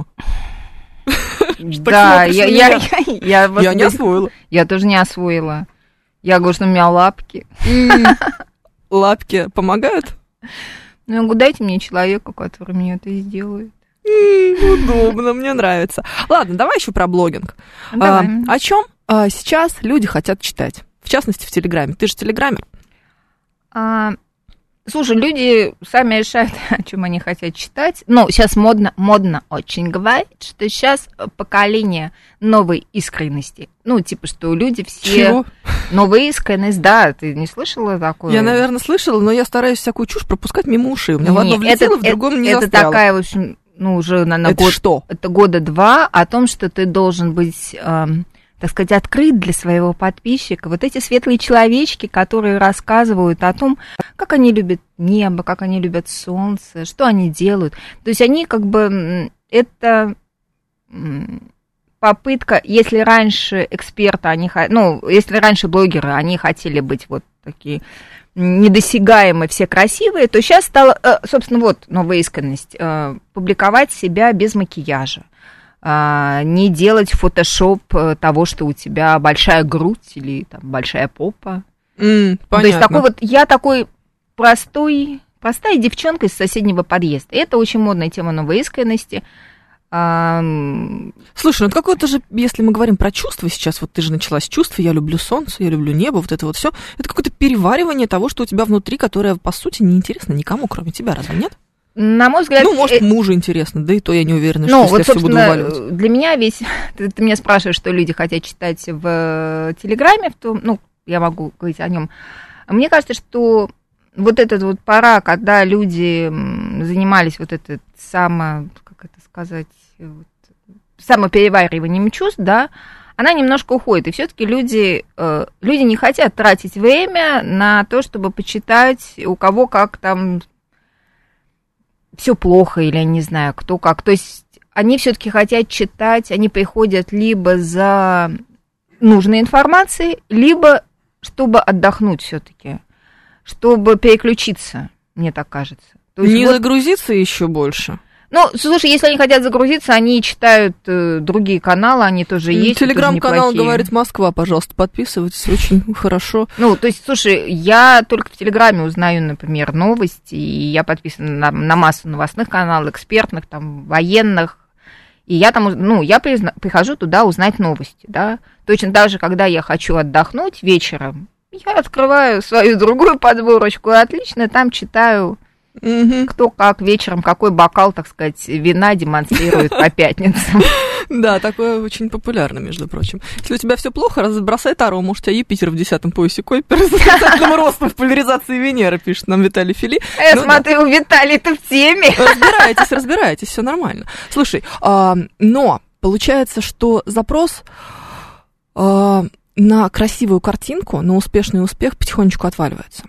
Да, я не освоила. Я тоже не освоила. Я говорю, что у меня лапки. Лапки помогают? Ну, я говорю, дайте мне человека, который мне это сделает. Удобно, мне нравится. Ладно, давай еще про блогинг. Давай. А, о чем а, сейчас люди хотят читать? В частности, в Телеграме. Ты же телеграммер. А, слушай, люди сами решают, о чем они хотят читать. Ну, сейчас модно, модно очень говорить, что сейчас поколение новой искренности. Ну, типа, что люди все... Чего? Новая искренность, да, ты не слышала такое? Я, наверное, слышала, но я стараюсь всякую чушь пропускать мимо ушей. У меня в одно влетело, в другом не застряло. Это такая, в общем, ну, уже, наверное, это год... что? Это года два о том, что ты должен быть, эм, так сказать, открыт для своего подписчика. Вот эти светлые человечки, которые рассказывают о том, как они любят небо, как они любят солнце, что они делают. То есть они как бы... Это... попытка, если раньше эксперты, они, ну, если раньше блогеры, они хотели быть вот такие недосягаемые, все красивые, то сейчас стало, собственно, вот новая искренность, публиковать себя без макияжа, не делать фотошоп того, что у тебя большая грудь или там большая попа. Mm, то есть такой вот, я такой простой, простая девчонка из соседнего подъезда. Это очень модная тема новой искренности. Слушай, ну это какое-то же, если мы говорим про чувства сейчас, вот ты же начала с чувств, я люблю солнце, я люблю небо, вот это вот все, это какое-то переваривание того, что у тебя внутри, которое, по сути, неинтересно никому, кроме тебя, разве нет? На мой взгляд... Ну, может, мужу интересно, да и то я не уверена, ну, что вот, если я все буду уваливать. Для меня весь... Ты, ты меня спрашиваешь, что люди хотят читать в Телеграме, в том, ну, я могу говорить о нем. Мне кажется, что вот эта вот пора, когда люди занимались вот это само... как это сказать, вот, самоперевариванием чувств, да, она немножко уходит. И все-таки люди, э, люди не хотят тратить время на то, чтобы почитать, у кого как там все плохо, или я не знаю, кто как. То есть они все-таки хотят читать, они приходят либо за нужной информацией, либо чтобы отдохнуть все-таки, чтобы переключиться, мне так кажется. То есть не вот... загрузиться еще больше. Ну, слушай, если они хотят загрузиться, они читают э, другие каналы, они тоже есть. Телеграм-канал «Говорит Москва», пожалуйста, подписывайтесь, очень хорошо. Ну, то есть, слушай, я только в Телеграме узнаю, например, новости, и я подписана на, на массу новостных каналов, экспертных, там, военных, и я там, ну, я призна, прихожу туда узнать новости, да. Точно так же, когда я хочу отдохнуть вечером, я открываю свою другую подборочку, отлично, там читаю... Угу. Кто как вечером, какой бокал, так сказать, вина демонстрирует по пятницам. Да, такое очень популярно, между прочим. Если у тебя все плохо, разбросай Таро, может, у тебя Юпитер в десятом поясе Койпера с отрицательным ростом в поляризации Венеры, пишет нам Виталий Фили. Я ну, смотрю, да. У Виталия-то в теме. Разбирайтесь, разбирайтесь, все нормально. Слушай, а, но получается, что запрос а, на красивую картинку, на успешный успех потихонечку отваливается.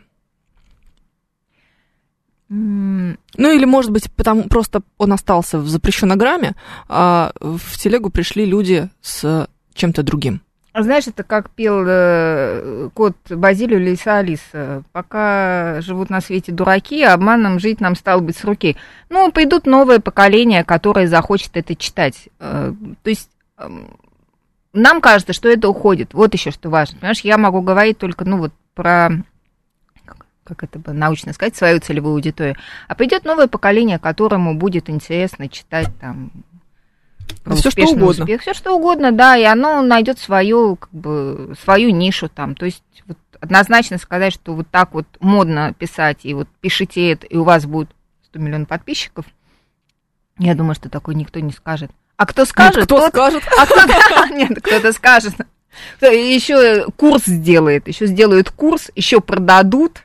Ну, или, может быть, потому просто он остался в запрещенограмме, а в телегу пришли люди с чем-то другим. Знаешь, это как пел э, кот Базилио, лиса Алиса. Пока живут на свете дураки, обманом жить нам стало быть с руки. Ну, придут новое поколение, которое захочет это читать. Э, то есть э, нам кажется, что это уходит. Вот еще что важно. Понимаешь, я могу говорить только, ну, вот про, как, как это бы научно сказать, свою целевую аудиторию. А придет новое поколение, которому будет интересно читать там... Все что угодно. Успех, все что угодно, да, и оно найдет свою, как бы, свою нишу там. То есть вот, однозначно сказать, что вот так вот модно писать, и вот пишите это, и у вас будет сто миллионов подписчиков, я думаю, что такое никто не скажет. А кто скажет? Нет, кто тот, скажет? А кто, нет, кто-то скажет. Еще курс сделает, еще сделают курс, еще продадут.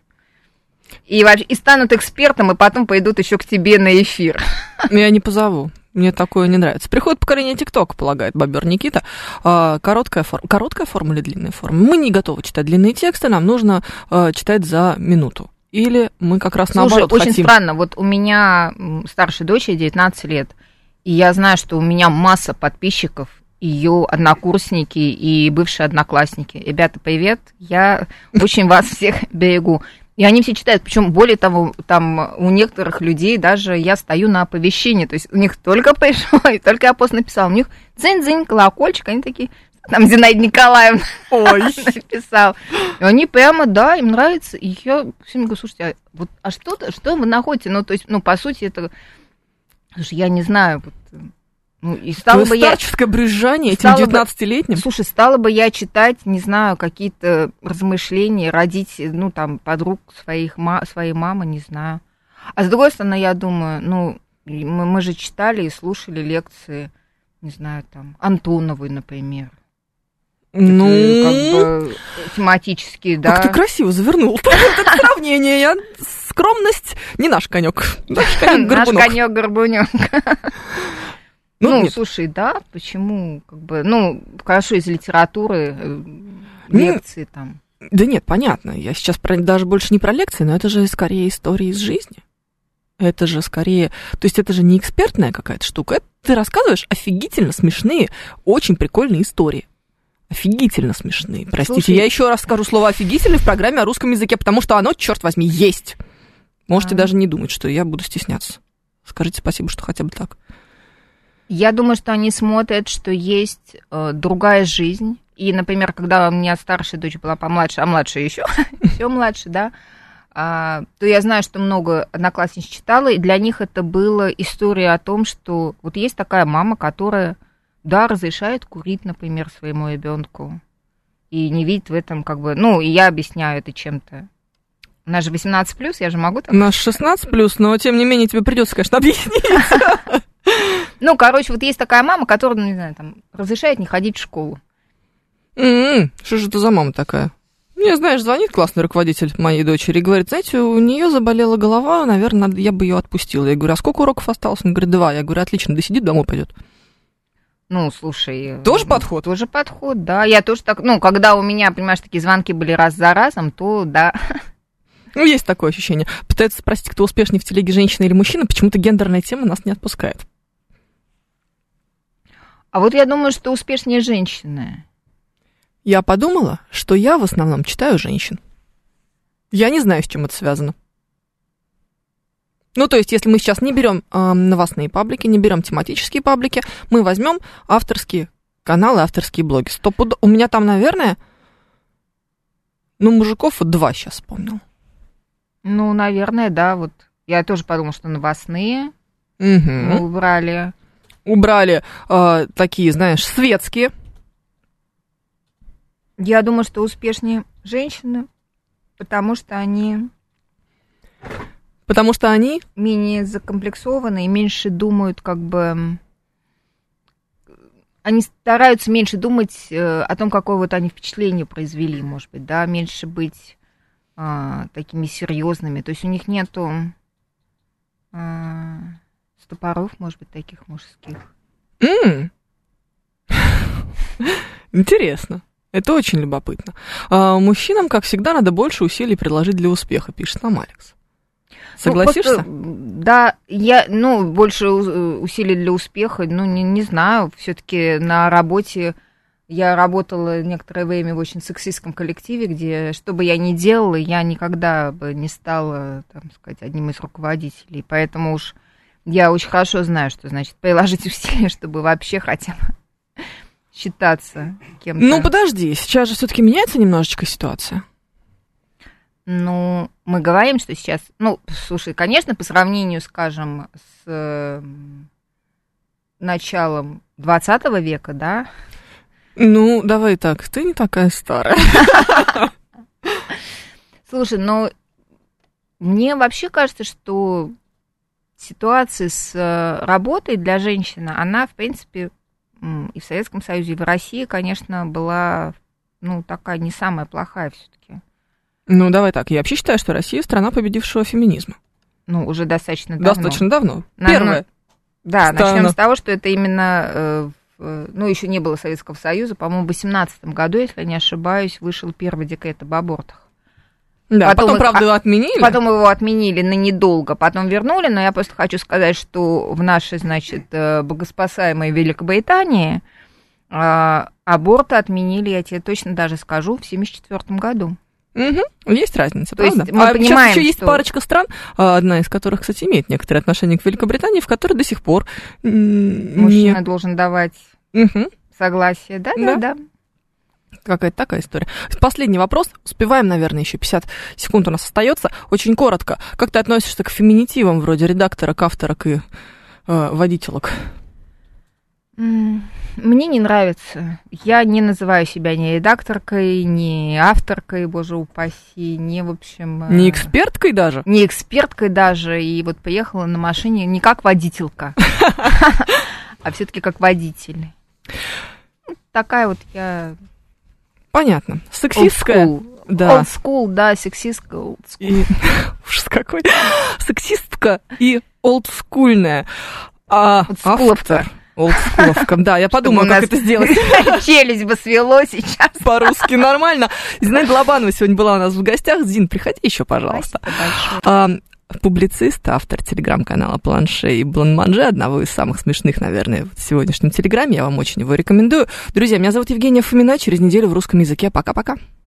И, вообще, и станут экспертом, и потом пойдут еще к тебе на эфир. Я не позову. Мне такое не нравится. Приходит поколение ТикТока, полагает бобер Никита. А, короткая, фор... короткая форма или длинная форма? Мы не готовы читать длинные тексты, нам нужно а, читать за минуту. Или мы как раз Слушай, наоборот очень хотим... странно. Вот у меня старшей дочери девятнадцать лет, и я знаю, что у меня масса подписчиков, ее однокурсники и бывшие одноклассники. Ребята, привет, я очень вас всех берегу. И они все читают, причем более того, там у некоторых людей даже я стою на оповещении, то есть у них только пришло, и только я пост написала, у них дзынь-дзынь, колокольчик, они такие, там Зинаида Николаевна написала. И они прямо, да, им нравится, и я всем говорю, слушайте, а, вот, а что, что вы находите? Ну, то есть, ну, по сути, это, слушай, я не знаю, вот, ну, и стало бы я... старческое брюзжание этим девятнадцатилетним? Бы, слушай, стала бы я читать, не знаю, какие-то размышления, родить, ну, там, подруг своих, своей мамы, не знаю. А с другой стороны, я думаю, ну, мы, мы же читали и слушали лекции, не знаю, там, Антоновой, например. Ну, такие, как бы, тематические, да. Как ты красиво завернул это сравнение. Я... Скромность не наш конек. Наш конек-горбунок. Наш конек-горбунок. Ну, Ну, слушай, да, почему, как бы, ну, хорошо, из литературы, лекции там. Да нет, понятно, я сейчас про, даже больше не про лекции, но это же скорее истории из жизни. Это же скорее, то есть это же не экспертная какая-то штука, это ты рассказываешь офигительно смешные, очень прикольные истории. Офигительно смешные. Простите, Слушай, я еще раз скажу слово офигительно в программе о русском языке, потому что оно, черт возьми, есть. Можете а. даже не думать, что я буду стесняться. Скажите спасибо, что хотя бы так. Я думаю, что они смотрят, что есть э, другая жизнь. И, например, когда у меня старшая дочь была помладше, а младшая еще, еще младше, да, а, то я знаю, что много одноклассниц читала, и для них это была история о том, что вот есть такая мама, которая, да, разрешает курить, например, своему ребенку, и не видит в этом как бы, ну, и я объясняю это чем-то. У нас же восемнадцать плюс, я же могу так... У нас шестнадцать плюс, но, тем не менее, тебе придется, конечно, объяснить. Ну, короче, вот есть такая мама, которая, ну, не знаю, там, разрешает не ходить в школу. Mm-hmm. Что же это за мама такая? Мне, знаешь, звонит классный руководитель моей дочери и говорит, знаете, у нее заболела голова, наверное, надо, я бы ее отпустила. Я говорю, а сколько уроков осталось? Он говорит, два. Я говорю, отлично, досидит, домой пойдет. Ну, слушай... Тоже подход? Тоже подход, да. Я тоже так... Ну, когда у меня, понимаешь, такие звонки были раз за разом, то да... Ну, есть такое ощущение. Пытаются спросить, кто успешнее в телеге, женщина или мужчина, почему-то гендерная тема нас не отпускает. А вот я думаю, что успешнее женщины. Я подумала, что я в основном читаю женщин. Я не знаю, с чем это связано. Ну, то есть, если мы сейчас не берем э, новостные паблики, не берем тематические паблики, мы возьмем авторские каналы, авторские блоги. Стопудово. У меня там, наверное, ну, мужиков вот два сейчас вспомнил. Ну, наверное, да, вот. Я тоже подумала, что новостные угу. мы убрали. Убрали э, такие, знаешь, светские. Я думаю, что успешнее женщины, потому что они... Потому что они... менее закомплексованы и меньше думают, как бы... Они стараются меньше думать э, о том, какое вот они впечатление произвели, может быть, да, меньше быть э, такими серьезными. То есть у них нету э, стопоров, может быть, таких мужских. Mm. Интересно. Это очень любопытно. А мужчинам, как всегда, надо больше усилий приложить для успеха, пишет нам Алекс. Согласишься? Ну, да, я, ну, больше усилий для успеха, ну, не, не знаю, все-таки на работе Я работала некоторое время в очень сексистском коллективе, где, что бы я ни делала, я никогда бы не стала, там сказать, одним из руководителей. Поэтому уж я очень хорошо знаю, что значит приложить усилия, чтобы вообще хотя бы считаться кем-то. Ну, подожди, сейчас же все-таки меняется немножечко ситуация. Ну, мы говорим, что сейчас... Ну, слушай, конечно, по сравнению, скажем, с э, началом двадцатого века, да? Ну, давай так, ты не такая старая. Слушай, ну, мне вообще кажется, что ситуация с работой для женщины, она, в принципе, и в Советском Союзе, и в России, конечно, была, ну, такая не самая плохая все-таки. Ну, давай так, я вообще считаю, что Россия страна победившего феминизма. Ну, уже достаточно давно. Достаточно давно. На, Первая. Ну, да, страна. начнем с того, что это именно, э, в, ну, еще не было Советского Союза, по-моему, в восемнадцатом году, если я не ошибаюсь, вышел первый декрет об абортах. Да, потом, потом правда, их, его отменили. Потом его отменили на недолго, потом вернули, но я просто хочу сказать, что в нашей, значит, богоспасаемой Великобритании э, аборты отменили, я тебе точно даже скажу, в семьдесят четвёртом году. Угу, есть разница, То правда? Есть мы а понимаем, сейчас еще что... есть парочка стран, одна из которых, кстати, имеет некоторые отношения к Великобритании, в которой до сих пор мужчина не... должен давать угу. согласие, да, да, да. Какая-то такая история. Последний вопрос. Успеваем, наверное, еще пятьдесят секунд у нас остается. Очень коротко. Как ты относишься к феминитивам вроде редакторок, авторок и э, водителок? Мне не нравится. Я не называю себя ни редакторкой, ни авторкой, боже упаси, ни, в общем... Не эксперткой даже? Не эксперткой даже. И вот поехала на машине не как водителька, а все-таки как водитель. Такая вот я... Понятно. Сексистская. Old school. Да. Old school, да, сексистка. Old school. И... Ужас какой. Сексистка и олдскульная. А автор... Олдскуловка, да, я подумала, как это сделать. Челюсть бы свело сейчас. По-русски нормально. Зинаида Лобанова сегодня была у нас в гостях. Зин, приходи еще, пожалуйста. А, публицист, автор телеграм-канала «Планше» и «Бланманже», одного из самых смешных, наверное, в сегодняшнем телеграме. Я вам очень его рекомендую. Друзья, меня зовут Евгения Фомина. Через неделю в русском языке. Пока-пока.